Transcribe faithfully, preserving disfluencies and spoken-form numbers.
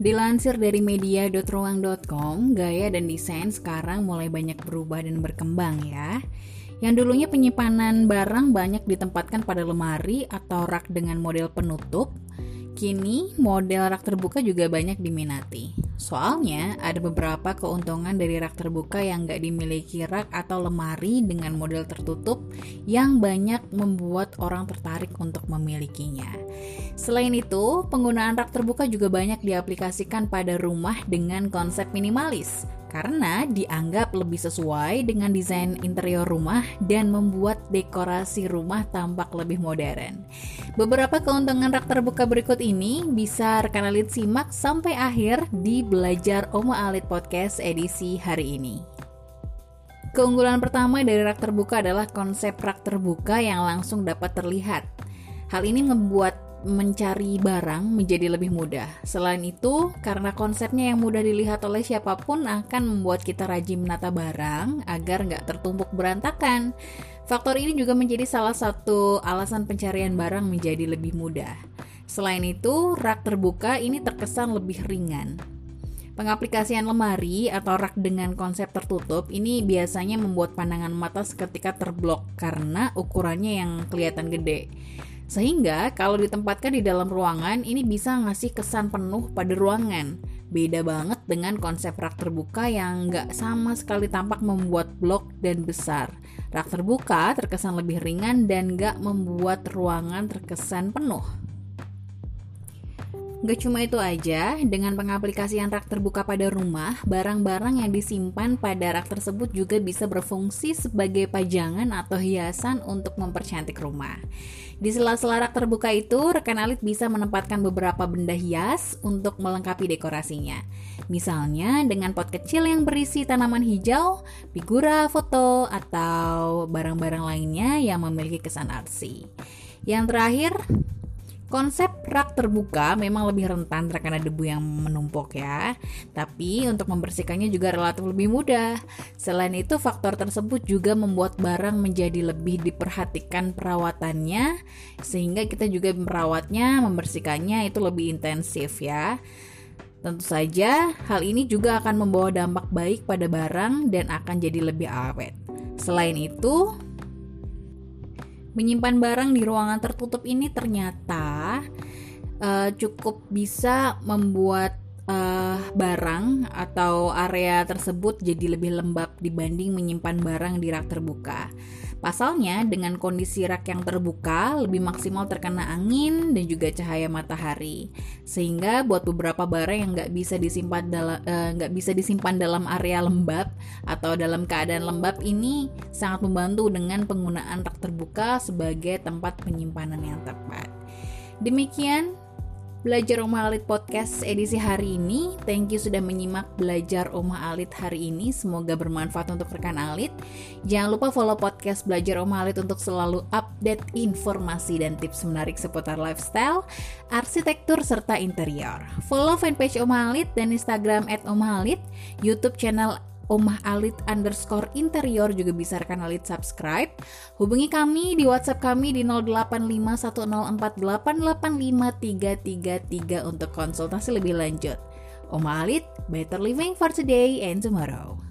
Dilansir dari media dot ruang dot com, gaya dan desain sekarang mulai banyak berubah dan berkembang ya. Yang dulunya penyimpanan barang banyak ditempatkan pada lemari atau rak dengan model penutup, kini model rak terbuka juga banyak diminati. Soalnya ada beberapa keuntungan dari rak terbuka yang nggak dimiliki rak atau lemari dengan model tertutup yang banyak membuat orang tertarik untuk memilikinya. Selain itu, penggunaan rak terbuka juga banyak diaplikasikan pada rumah dengan konsep minimalis karena dianggap lebih sesuai dengan desain interior rumah dan membuat dekorasi rumah tampak lebih modern. Beberapa keuntungan rak terbuka berikut ini bisa rekan Alit simak sampai akhir di Belajar Oma Alit Podcast edisi hari ini. Keunggulan pertama dari rak terbuka adalah konsep rak terbuka yang langsung dapat terlihat. Hal ini membuat mencari barang menjadi lebih mudah. Selain itu, karena konsepnya yang mudah dilihat oleh siapapun akan membuat kita rajin menata barang agar nggak tertumpuk berantakan. Faktor ini juga menjadi salah satu alasan pencarian barang menjadi lebih mudah. Selain itu, rak terbuka ini terkesan lebih ringan. Pengaplikasian lemari atau rak dengan konsep tertutup ini biasanya membuat pandangan mata seketika terblok karena ukurannya yang kelihatan gede. Sehingga kalau ditempatkan di dalam ruangan ini bisa ngasih kesan penuh pada ruangan. Beda banget dengan konsep rak terbuka yang nggak sama sekali tampak membuat blok dan besar. Rak terbuka terkesan lebih ringan dan nggak membuat ruangan terkesan penuh. Gak cuma itu aja, dengan pengaplikasian rak terbuka pada rumah, barang-barang yang disimpan pada rak tersebut juga bisa berfungsi sebagai pajangan atau hiasan untuk mempercantik rumah. Di sela-sela rak terbuka itu, rekan Alit bisa menempatkan beberapa benda hias untuk melengkapi dekorasinya. Misalnya dengan pot kecil yang berisi tanaman hijau, figura foto, atau barang-barang lainnya yang memiliki kesan artsy. Yang terakhir, konsep rak terbuka memang lebih rentan terkena debu yang menumpuk ya. Tapi untuk membersihkannya juga relatif lebih mudah. Selain itu, faktor tersebut juga membuat barang menjadi lebih diperhatikan perawatannya, sehingga kita juga merawatnya, membersihkannya itu lebih intensif ya. Tentu saja, hal ini juga akan membawa dampak baik pada barang dan akan jadi lebih awet. Selain itu, menyimpan barang di ruangan tertutup ini ternyata uh, cukup bisa membuat uh, barang atau area tersebut jadi lebih lembab dibanding menyimpan barang di rak terbuka. Pasalnya, dengan kondisi rak yang terbuka lebih maksimal terkena angin dan juga cahaya matahari, sehingga buat beberapa barang yang nggak bisa disimpan dalam nggak uh, bisa disimpan dalam area lembab atau dalam keadaan lembab ini sangat membantu dengan penggunaan rak terbuka sebagai tempat penyimpanan yang tepat. Demikian Belajar Oma Alit Podcast edisi hari ini. Thank you sudah menyimak Belajar Oma Alit hari ini. Semoga bermanfaat untuk rekan Alit. Jangan lupa follow podcast Belajar Oma Alit untuk selalu update informasi dan tips menarik seputar lifestyle, arsitektur, serta interior. Follow fanpage Oma Alit dan Instagram at Oma Alit, YouTube channel Omah Alit underscore interior juga bisa rekan Alit subscribe. Hubungi kami di WhatsApp kami di nol delapan lima satu nol empat delapan delapan lima tiga tiga tiga untuk konsultasi lebih lanjut. Omah Alit, better living for today and tomorrow.